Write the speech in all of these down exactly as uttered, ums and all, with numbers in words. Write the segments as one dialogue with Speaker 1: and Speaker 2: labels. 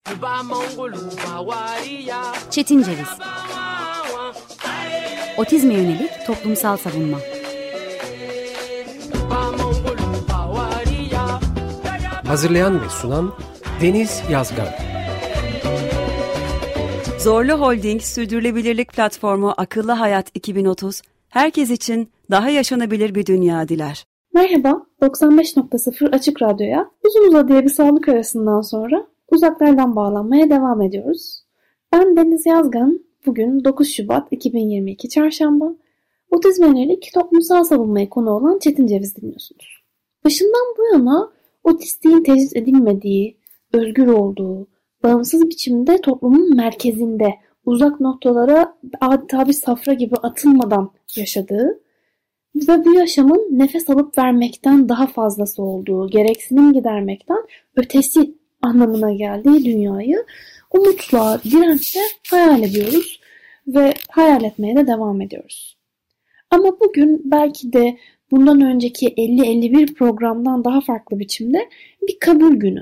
Speaker 1: Çetin Ceviz. Otizme yönelik toplumsal savunma.
Speaker 2: Hazırlayan ve sunan Deniz Yazgan.
Speaker 3: Zorlu Holding Sürdürülebilirlik Platformu Akıllı Hayat iki bin otuz, herkes için daha yaşanabilir bir dünya diler.
Speaker 4: Merhaba, doksan beş nokta sıfır Açık Radyo'ya uzun uzadıya bir sağlık arasından sonra uzaklardan bağlanmaya devam ediyoruz. Ben Deniz Yazgan, bugün dokuz Şubat iki bin yirmi iki Çarşamba, otizme yönelik toplumsal savunmaya konu olan Çetin Ceviz dinliyorsunuz. Başından bu yana otistiğin tecrit edilmediği, özgür olduğu, bağımsız biçimde toplumun merkezinde, uzak noktalara adeta bir safra gibi atılmadan yaşadığı ve bu yaşamın nefes alıp vermekten daha fazlası olduğu, gereksinim gidermekten ötesi anlamına geldiği dünyayı umutla, dirençle hayal ediyoruz ve hayal etmeye de devam ediyoruz. Ama bugün belki de bundan önceki elli elli bir programdan daha farklı biçimde bir kabul günü.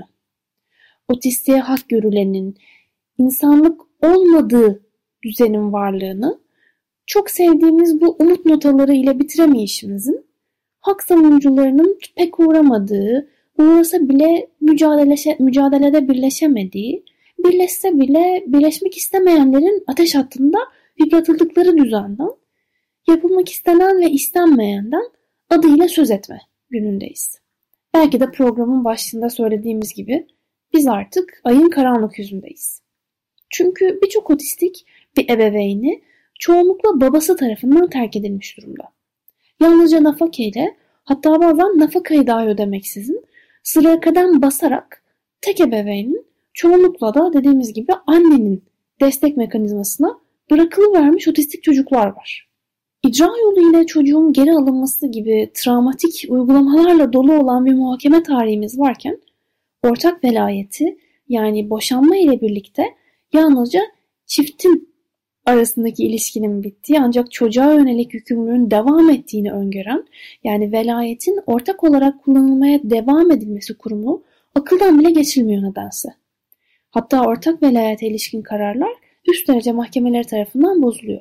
Speaker 4: Otistiğe hak görülenin, insanlık olmadığı düzenin varlığını, çok sevdiğimiz bu umut notaları ile bitiremeyişimizin, hak savunucularının pek uğramadığı, uğrasa bile mücadelede, mücadelede birleşemediği, birleşse bile birleşmek istemeyenlerin ateş hattında yıpratıldıkları düzenden, yapılmak istenen ve istenmeyenden adıyla söz etme günündeyiz. Belki de programın başında söylediğimiz gibi biz artık ayın karanlık yüzündeyiz. Çünkü birçok otistik bir ebeveyni çoğunlukla babası tarafından terk edilmiş durumda. Yalnızca nafakeyle, hatta bazen nafakayı dahi ödemeksizin sıraya kadem basarak tek ebeveynin, çoğunlukla da dediğimiz gibi annenin destek mekanizmasına bırakılıvermiş otistik çocuklar var. İcra yolu ile çocuğun geri alınması gibi travmatik uygulamalarla dolu olan bir muhakeme tarihimiz varken, ortak velayeti yani boşanma ile birlikte yalnızca çiftin arasındaki ilişkinin bittiği ancak çocuğa yönelik yükümlülüğün devam ettiğini öngören, yani velayetin ortak olarak kullanılmaya devam edilmesi kurumu akıldan bile geçilmiyor nedense. Hatta ortak velayete ilişkin kararlar üst derece mahkemeleri tarafından bozuluyor.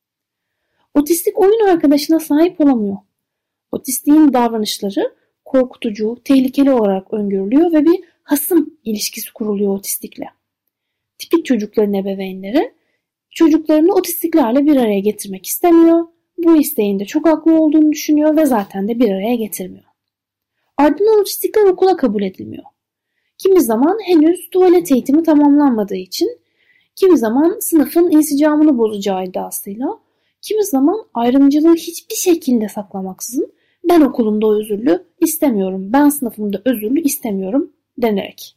Speaker 4: Otistik oyun arkadaşına sahip olamıyor. Otistiğin davranışları korkutucu, tehlikeli olarak öngörülüyor ve bir hasım ilişkisi kuruluyor otistikle. Tipik çocukların ebeveynleri çocuklarını otistiklerle bir araya getirmek istemiyor. Bu isteğin de çok haklı olduğunu düşünüyor ve zaten de bir araya getirmiyor. Ardından otistikler okula kabul edilmiyor. Kimi zaman henüz tuvalet eğitimi tamamlanmadığı için, kimi zaman sınıfın insicamını bozacağı iddiasıyla, kimi zaman ayrımcılığı hiçbir şekilde saklamaksızın ben okulumda özürlü istemiyorum, ben sınıfımda özürlü istemiyorum denerek.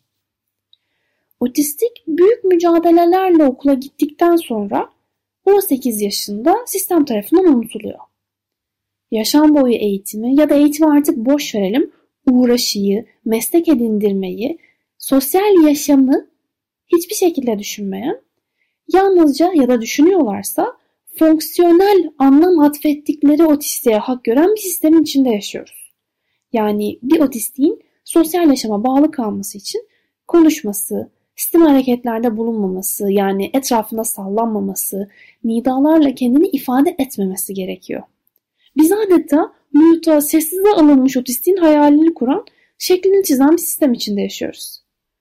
Speaker 4: Otistik büyük mücadelelerle okula gittikten sonra on sekiz yaşında sistem tarafından unutuluyor. Yaşam boyu eğitimi ya da eğitimi artık boş verelim, uğraşıyı, meslek edindirmeyi, sosyal yaşamı hiçbir şekilde düşünmeyen, yalnızca ya da düşünüyorlarsa fonksiyonel anlam atfettikleri otistiğe hak gören bir sistemin içinde yaşıyoruz. Yani bir otistiğin sosyal yaşama bağlı kalması için konuşması, sistem hareketlerde bulunmaması, yani etrafında sallanmaması, nidalarla kendini ifade etmemesi gerekiyor. Biz adeta muta sessize alınmış otistiğin hayalini kuran, şeklini çizen bir sistem içinde yaşıyoruz.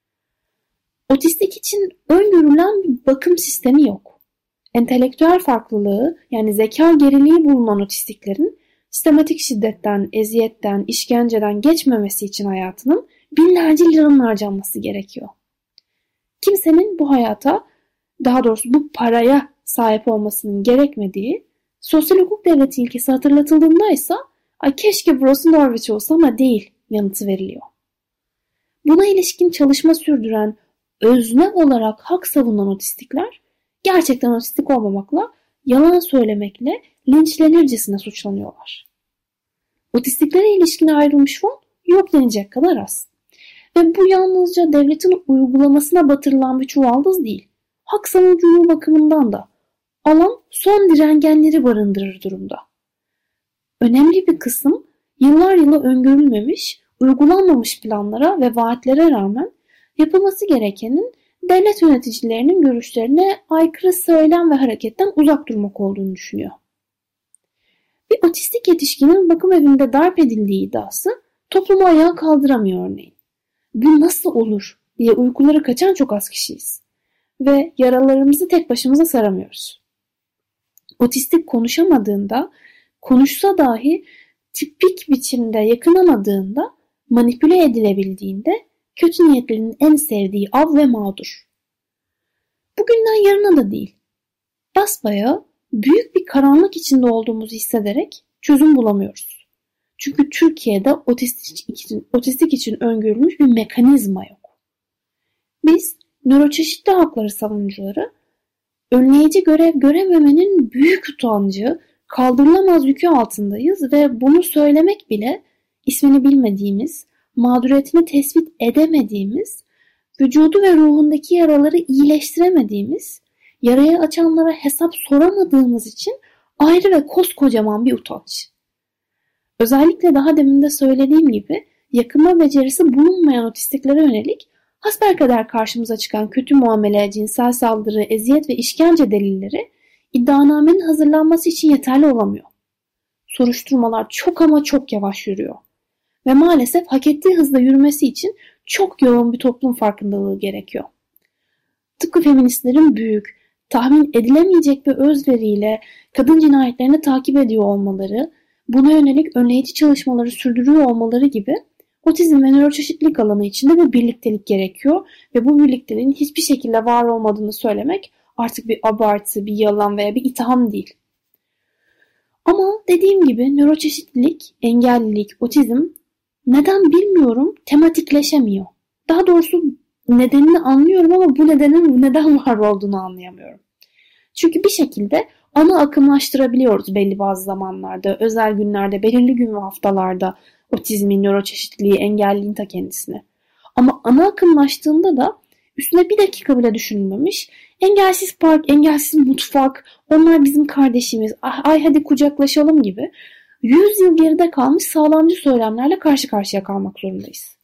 Speaker 4: Otistik için öngörülen bir bakım sistemi yok. Entelektüel farklılığı, yani zeka geriliği bulunan otistiklerin sistematik şiddetten, eziyetten, işkenceden geçmemesi için hayatının binlerce liranın harcanması gerekiyor. Kimsenin bu hayata, daha doğrusu bu paraya sahip olmasının gerekmediği, sosyal hukuk devleti ilkesi hatırlatıldığında ise ay keşke burası Norveç olsa ama değil yanıtı veriliyor. Buna ilişkin çalışma sürdüren, özne olarak hak savunan otistikler gerçekten otistik olmamakla, yalan söylemekle linçlenircesine suçlanıyorlar. Otistiklere ilişkin ayrılmış fon yok denecek kadar az. Ve bu yalnızca devletin uygulamasına batırılan bir çuvaldız değil. Hak savunuculuğu bakımından da alan son direngenleri barındırır durumda. Önemli bir kısım yıllar yılı öngörülmemiş, uygulanmamış planlara ve vaatlere rağmen yapılması gerekenin devlet yöneticilerinin görüşlerine aykırı söylem ve hareketten uzak durmak olduğunu düşünüyor. Bir otistik yetişkinin bakım evinde darp edildiği iddiası toplumu ayağa kaldıramıyor örneğin. Bu nasıl olur diye uykuları kaçan çok az kişiyiz. Ve yaralarımızı tek başımıza saramıyoruz. Otistik konuşamadığında, konuşsa dahi tipik biçimde yakınamadığında, manipüle edilebildiğinde kötü niyetlerinin en sevdiği av ve mağdur. Bugünden yarına da değil. Basbayağı büyük bir karanlık içinde olduğumuzu hissederek çözüm bulamıyoruz. Çünkü Türkiye'de otistik için, otistik için öngörülmüş bir mekanizma yok. Biz nöroçeşitli hakları savunucuları önleyici görev görememenin büyük utancı, kaldırılamaz yükü altındayız ve bunu söylemek bile ismini bilmediğimiz, mağduriyetini tespit edemediğimiz, vücudu ve ruhundaki yaraları iyileştiremediğimiz, yarayı açanlara hesap soramadığımız için ayrı ve koskocaman bir utanç. Özellikle daha demin de söylediğim gibi yakınma becerisi bulunmayan otistiklere yönelik hasbelkader karşımıza çıkan kötü muamele, cinsel saldırı, eziyet ve işkence delilleri iddianamenin hazırlanması için yeterli olamıyor. Soruşturmalar çok ama çok yavaş yürüyor. Ve maalesef hak ettiği hızla yürümesi için çok yoğun bir toplum farkındalığı gerekiyor. Tıpkı feministlerin büyük, tahmin edilemeyecek bir özveriyle kadın cinayetlerini takip ediyor olmaları, buna yönelik önleyici çalışmaları sürdürüyor olmaları gibi otizm ve nöroçeşitlilik alanı içinde bir birliktelik gerekiyor ve bu birlikteliğin hiçbir şekilde var olmadığını söylemek artık bir abartı, bir yalan veya bir itham değil. Ama dediğim gibi nöroçeşitlilik, engellilik, otizm neden bilmiyorum tematikleşemiyor. Daha doğrusu nedenini anlıyorum ama bu nedenin neden var olduğunu anlayamıyorum. Çünkü bir şekilde ana akımlaştırabiliyoruz belli bazı zamanlarda, özel günlerde, belirli gün ve haftalarda otizmin, nöroçeşitliliği, engelliğin ta kendisini. Ama ana akımlaştığında da üstüne bir dakika bile düşünülmemiş, engelsiz park, engelsiz mutfak, onlar bizim kardeşimiz, ay hadi kucaklaşalım gibi yüz yıl geride kalmış sağlamcı söylemlerle karşı karşıya kalmak zorundayız.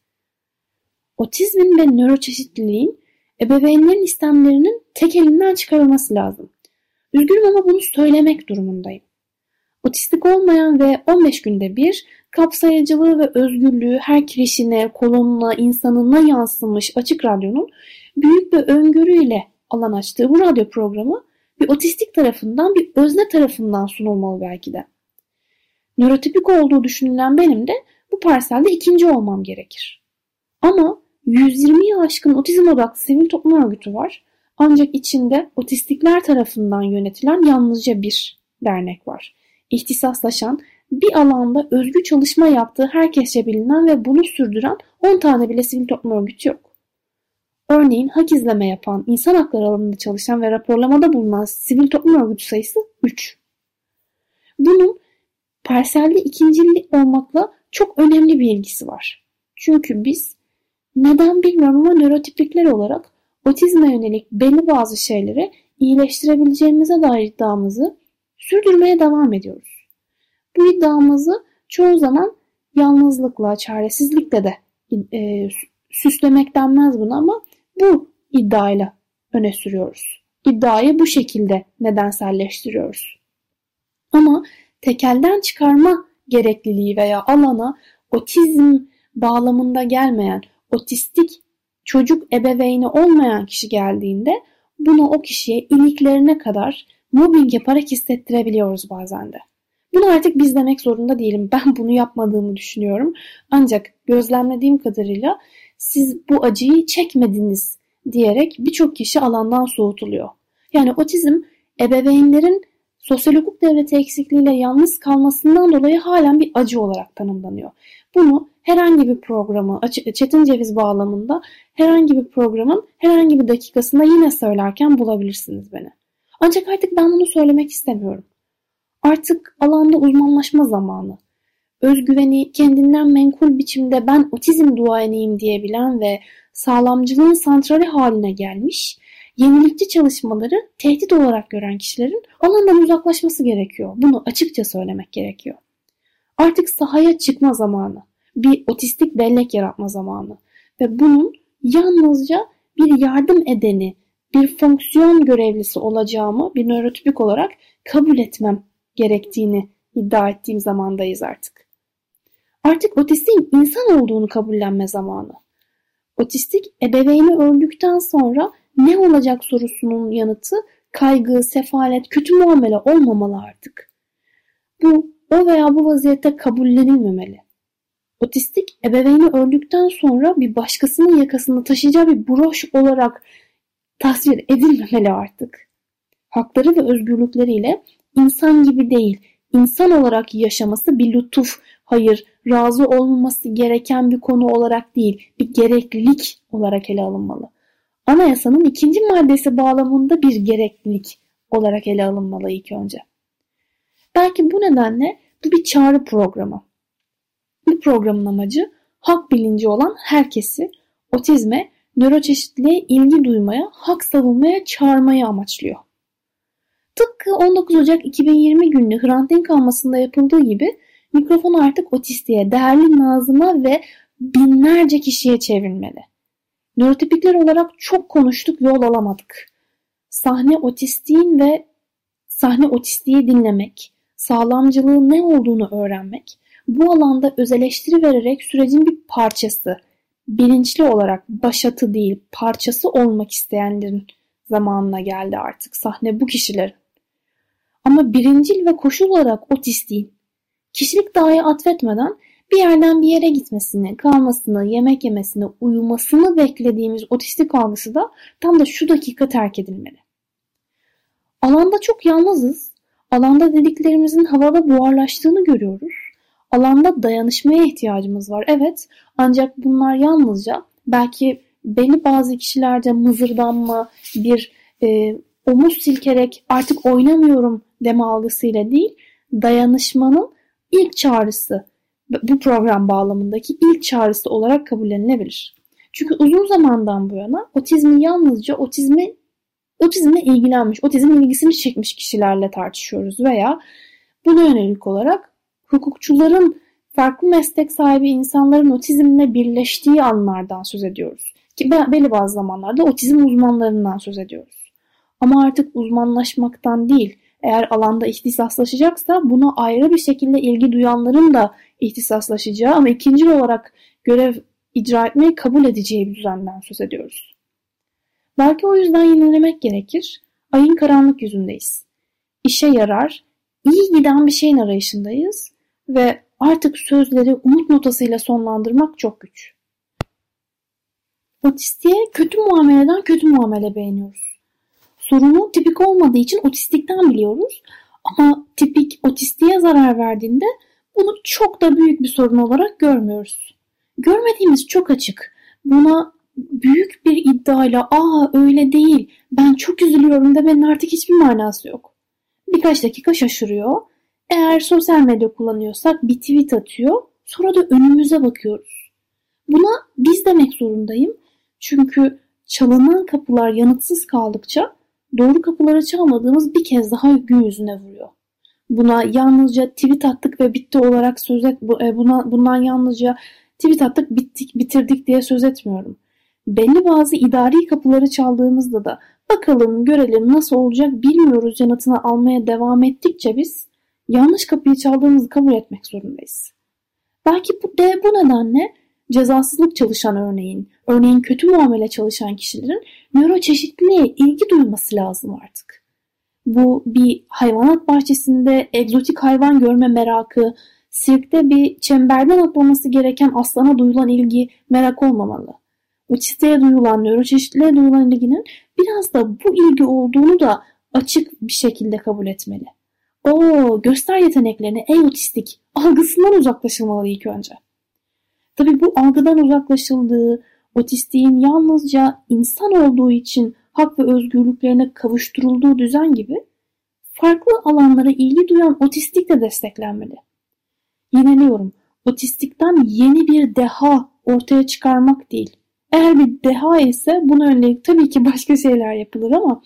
Speaker 4: Otizmin ve nöroçeşitliliğin ebeveynlerin istemlerinin tek elinden çıkarılması lazım. Üzgünüm ama bunu söylemek durumundayım. Otistik olmayan ve on beş günde bir kapsayıcılığı ve özgürlüğü her kişine, kolonuna, insanına yansımış Açık Radyo'nun büyük bir öngörüyle alan açtığı bu radyo programı bir otistik tarafından, bir özne tarafından sunulmalı belki de. Nörotipik olduğu düşünülen benim de bu parselde ikinci olmam gerekir. Ama yüz yirmiyi aşkın otizm odaklı sivil toplum örgütü var. Ancak içinde otistikler tarafından yönetilen yalnızca bir dernek var. İhtisaslaşan, bir alanda özgü çalışma yaptığı herkesçe bilinen ve bunu sürdüren on tane bile sivil toplum örgütü yok. Örneğin hak izleme yapan, insan hakları alanında çalışan ve raporlamada bulunan sivil toplum örgütü sayısı üç. Bunun parselde ikincil olmakla çok önemli bir ilgisi var. Çünkü biz neden bilmiyorum ama nörotipikler olarak otizme yönelik belli bazı şeyleri iyileştirebileceğimize dair iddiamızı sürdürmeye devam ediyoruz. Bu iddiamızı çoğu zaman yalnızlıkla, çaresizlikle de e, süslemek denmez buna ama bu iddiayla öne sürüyoruz. İddiayı bu şekilde nedenselleştiriyoruz. Ama tekelden çıkarma gerekliliği veya alana otizm bağlamında gelmeyen, otistik çocuk ebeveyni olmayan kişi geldiğinde bunu o kişiye iliklerine kadar mobbing yaparak hissettirebiliyoruz bazen de. Bunu artık biz demek zorunda değilim. Ben bunu yapmadığımı düşünüyorum. Ancak gözlemlediğim kadarıyla siz bu acıyı çekmediniz diyerek birçok kişi alandan soğutuluyor. Yani otizm ebeveynlerin sosyal hukuk devleti eksikliğiyle yalnız kalmasından dolayı halen bir acı olarak tanımlanıyor. Bunu herhangi bir programı, Çetin Ceviz bağlamında herhangi bir programın herhangi bir dakikasında yine söylerken bulabilirsiniz beni. Ancak artık ben bunu söylemek istemiyorum. Artık alanda uzmanlaşma zamanı. Özgüveni kendinden menkul biçimde ben otizm duayeniyim diyebilen ve sağlamcılığın santrali haline gelmiş, yenilikçi çalışmaları tehdit olarak gören kişilerin alandan uzaklaşması gerekiyor. Bunu açıkça söylemek gerekiyor. Artık sahaya çıkma zamanı. Bir otistik bellek yaratma zamanı. Ve bunun yalnızca bir yardım edeni, bir fonksiyon görevlisi olacağımı bir nörotipik olarak kabul etmem gerektiğini iddia ettiğim zamandayız artık. Artık otistiğin insan olduğunu kabullenme zamanı. Otistik ebeveyni öldükten sonra ne olacak sorusunun yanıtı kaygı, sefalet, kötü muamele olmamalı artık. Bu o veya bu vaziyette kabullenilmemeli. Otistik ebeveyni öldükten sonra bir başkasının yakasında taşıyacağı bir broş olarak tasvir edilmemeli artık. Hakları ve özgürlükleriyle insan gibi değil, insan olarak yaşaması bir lütuf, hayır, razı olmaması gereken bir konu olarak değil, bir gereklilik olarak ele alınmalı. Anayasanın ikinci maddesi bağlamında bir gereklilik olarak ele alınmalı ilk önce. Belki bu nedenle bu bir çağrı programı. Bu programın amacı hak bilinci olan herkesi otizme, nöroçeşitliliğe ilgi duymaya, hak savunmaya çağırmayı amaçlıyor. Tıpkı on dokuz Ocak iki bin yirmi günlü Hrant Dink anmasında yapıldığı gibi mikrofon artık otistiğe, değerli Nazım'a ve binlerce kişiye çevrilmeli. Nörotipikler olarak çok konuştuk, yol alamadık. Sahne otistiğin ve sahne otistiği dinlemek, sağlamcılığın ne olduğunu öğrenmek, bu alanda öz eleştiri vererek sürecin bir parçası, bilinçli olarak başatı değil, parçası olmak isteyenlerin zamanına geldi artık. Sahne bu kişilerin. Ama birincil ve koşul olarak otistiğin, kişilik dahi atfetmeden bir yerden bir yere gitmesini, kalmasını, yemek yemesini, uyumasını beklediğimiz otistik algısı da tam da şu dakika terk edilmeli. Alanda çok yalnızız. Alanda dediklerimizin havada buharlaştığını görüyoruz. Alanda dayanışmaya ihtiyacımız var. Evet, ancak bunlar yalnızca belki belli bazı kişilerde mızırdanma, bir e, omuz silkerek artık oynamıyorum deme algısıyla değil, dayanışmanın ilk çağrısı, bu program bağlamındaki ilk çağrısı olarak kabullenilebilir. Çünkü uzun zamandan bu yana otizmi yalnızca otizmi otizmle ilgilenmiş, otizm ilgisini çekmiş kişilerle tartışıyoruz veya buna yönelik olarak hukukçuların, farklı meslek sahibi insanların otizmle birleştiği anlardan söz ediyoruz. Ki belli bazı zamanlarda otizm uzmanlarından söz ediyoruz. Ama artık uzmanlaşmaktan değil, eğer alanda ihtisaslaşacaksa buna ayrı bir şekilde ilgi duyanların da ihtisaslaşacağı ama ikincil olarak görev icra etmeyi kabul edeceği bir düzenden söz ediyoruz. Belki o yüzden yenilemek gerekir. Ayın karanlık yüzündeyiz. İşe yarar, iyi giden bir şeyin arayışındayız ve artık sözleri umut notasıyla sonlandırmak çok güç. Otistiğe kötü muameleden kötü muamele beğeniyoruz. Sorunu tipik olmadığı için otistikten biliyoruz ama tipik otistiğe zarar verdiğinde bunu çok da büyük bir sorun olarak görmüyoruz. Görmediğimiz çok açık. Buna büyük bir iddiayla aa öyle değil, ben çok üzülüyorum demenin artık hiçbir manası yok. Birkaç dakika şaşırıyor. Eğer sosyal medya kullanıyorsak bir tweet atıyor. Sonra da önümüze bakıyoruz. Buna biz demek zorundayım. Çünkü çalınan kapılar yanıtsız kaldıkça doğru kapıları çalmadığımız bir kez daha gün yüzüne vuruyor. Buna yalnızca tweet attık ve bitti olarak söz et, buna, bundan yalnızca tweet attık bittik bitirdik diye söz etmiyorum. Belli bazı idari kapıları çaldığımızda da bakalım görelim nasıl olacak bilmiyoruz yanıtını almaya devam ettikçe biz yanlış kapıyı çaldığımızı kabul etmek zorundayız. Belki bu, de bu nedenle cezasızlık çalışan örneğin, örneğin kötü muamele çalışan kişilerin nöroçeşitliliğe ilgi duyması lazım artık. Bu bir hayvanat bahçesinde egzotik hayvan görme merakı, sirkte bir çemberden atlaması gereken aslana duyulan ilgi, merak olmamalı. Otistiğe duyulan, nöroçeşitliliğe duyulan ilginin biraz da bu ilgi olduğunu da açık bir şekilde kabul etmeli. Oo, göster yeteneklerini ey otistik algısından uzaklaşılmalı ilk önce. Tabii bu algıdan uzaklaşıldığı, otistiğin yalnızca insan olduğu için hak ve özgürlüklerine kavuşturulduğu düzen gibi farklı alanlara ilgi duyan otistik de desteklenmeli. Yineliyorum, otistikten yeni bir deha ortaya çıkarmak değil. Eğer bir deha ise buna yönelik tabii ki başka şeyler yapılır ama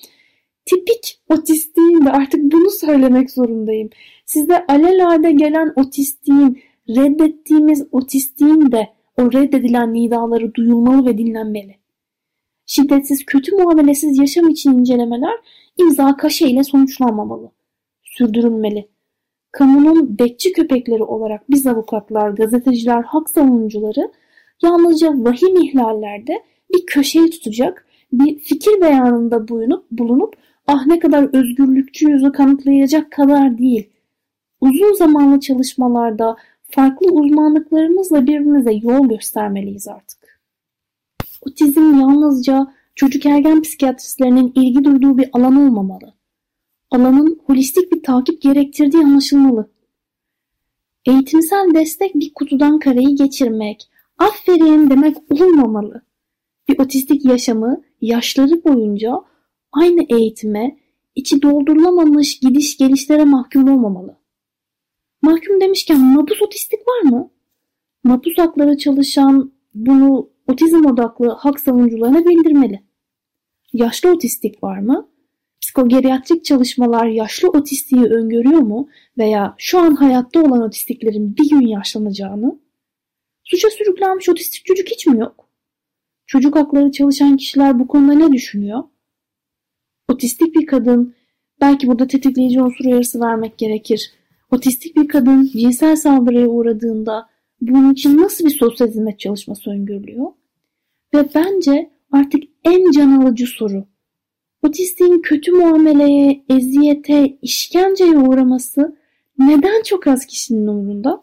Speaker 4: tipik otistiğin de artık bunu söylemek zorundayım. Size alelade gelen otistiğin, reddettiğimiz otistiğin de o reddedilen nidaları duyulmalı ve dinlenmeli. Şiddetsiz, kötü muamelesiz yaşam için incelemeler imza kaşe ile sonuçlanmamalı. Sürdürülmeli. Kamunun bekçi köpekleri olarak biz avukatlar, gazeteciler, hak savunucuları yalnızca vahim ihlallerde bir köşeyi tutacak, bir fikir beyanında bulunup, bulunup ah ne kadar özgürlükçüyüzü kanıtlayacak kadar değil. Uzun zamanlı çalışmalarda farklı uzmanlıklarımızla birbirimize yol göstermeliyiz artık. Otizm yalnızca çocuk ergen psikiyatristlerinin ilgi duyduğu bir alan olmamalı. Alanın holistik bir takip gerektirdiği anlaşılmalı. Eğitimsel destek bir kutudan kareyi geçirmek, aferin demek olmamalı. Bir otistik yaşamı yaşları boyunca aynı eğitime, içi doldurulamamış gidiş gelişlere mahkum olmamalı. Mahkum demişken mapus otistik var mı? Mapus hakları çalışan bunu otizm odaklı hak savunucularına bildirmeli. Yaşlı otistik var mı? Psikogeriatrik çalışmalar yaşlı otistiği öngörüyor mu veya şu an hayatta olan otistiklerin bir gün yaşlanacağını? Suça sürüklenmiş otistik çocuk hiç mi yok? Çocuk hakları çalışan kişiler bu konuda ne düşünüyor? Otistik bir kadın, belki burada tetikleyici unsur uyarısı vermek gerekir. Otistik bir kadın cinsel saldırıya uğradığında bunun için nasıl bir sosyal hizmet çalışması öngörülüyor? Ve bence artık en can alıcı soru. Otistiğin kötü muameleye, eziyete, işkenceye uğraması neden çok az kişinin umurunda?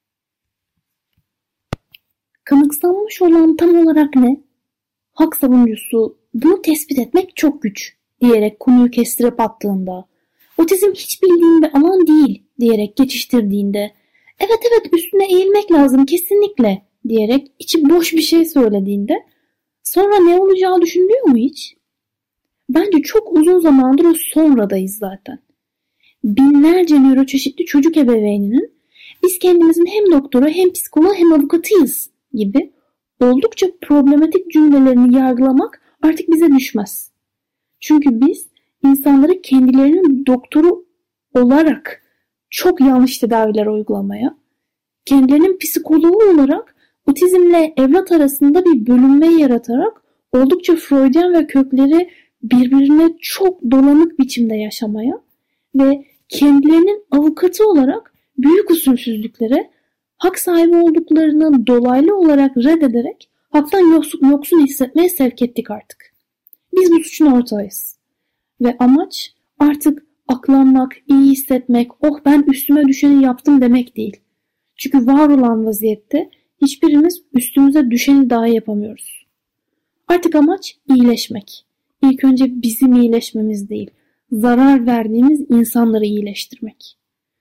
Speaker 4: Kanıksanmış olan tam olarak ne? Hak savunucusu bunu tespit etmek çok güç diyerek konuyu kestirip attığında, otizm hiç bildiğim bir alan değil diyerek geçiştirdiğinde, evet evet üstüne eğilmek lazım kesinlikle diyerek içi boş bir şey söylediğinde, sonra ne olacağı düşünülüyor mu hiç? Bence çok uzun zamandır o sonradayız zaten. Binlerce nöroçeşitli çocuk ebeveyninin biz kendimizin hem doktoru hem psikoloğu hem avukatıyız gibi oldukça problematik cümlelerini yargılamak artık bize düşmez. Çünkü biz insanları kendilerinin doktoru olarak çok yanlış tedaviler uygulamaya, kendilerinin psikoloğu olarak otizmle evlat arasında bir bölünme yaratarak oldukça Freudian ve kökleri birbirine çok dolanık biçimde yaşamaya ve kendilerinin avukatı olarak büyük usulsüzlüklere, hak sahibi olduklarını dolaylı olarak reddederek haktan yoksun, yoksun hissetmeye sevk ettik artık. Biz bu suçun ortağıyız. Ve amaç artık aklanmak, iyi hissetmek, oh ben üstüme düşeni yaptım demek değil. Çünkü var olan vaziyette hiçbirimiz üstümüze düşeni dahi yapamıyoruz. Artık amaç iyileşmek. İlk önce bizim iyileşmemiz değil, zarar verdiğimiz insanları iyileştirmek.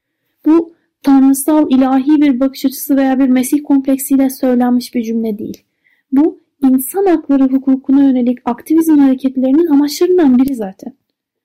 Speaker 4: Bu tanrısal ilahi bir bakış açısı veya bir Mesih kompleksiyle söylenmiş bir cümle değil. Bu insan hakları hukukuna yönelik aktivizm hareketlerinin amaçlarından biri zaten.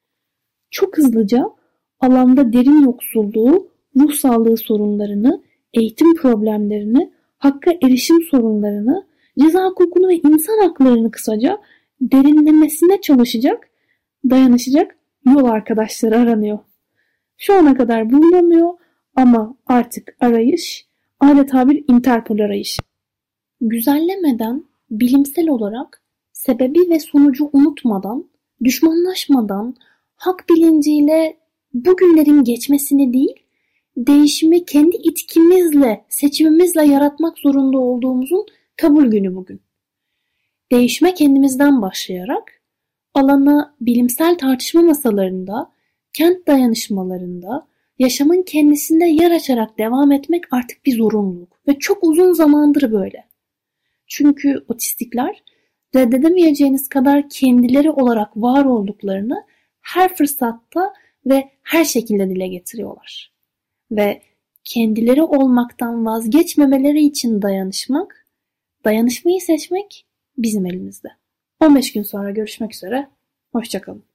Speaker 4: Çok hızlıca alanda derin yoksulluğu, ruh sağlığı sorunlarını, eğitim problemlerini, hakka erişim sorunlarını, ceza hukukunu ve insan haklarını kısaca derinlemesine çalışacak, dayanışacak yol arkadaşları aranıyor. Şu ana kadar bulunamıyor ama artık arayış adeta bir Interpol arayışı. Güzellemeden, bilimsel olarak sebebi ve sonucu unutmadan, düşmanlaşmadan, hak bilinciyle bugünlerin geçmesini değil, değişimi kendi itkimizle, seçimimizle yaratmak zorunda olduğumuzun kabul günü bugün. Değişime kendimizden başlayarak, alana bilimsel tartışma masalarında, kent dayanışmalarında, yaşamın kendisinde yer açarak devam etmek artık bir zorunluluk ve çok uzun zamandır böyle. Çünkü otistikler reddedemeyeceğiniz kadar kendileri olarak var olduklarını her fırsatta ve her şekilde dile getiriyorlar. Ve kendileri olmaktan vazgeçmemeleri için dayanışmak, dayanışmayı seçmek bizim elimizde. on beş gün sonra görüşmek üzere, hoşça kalın.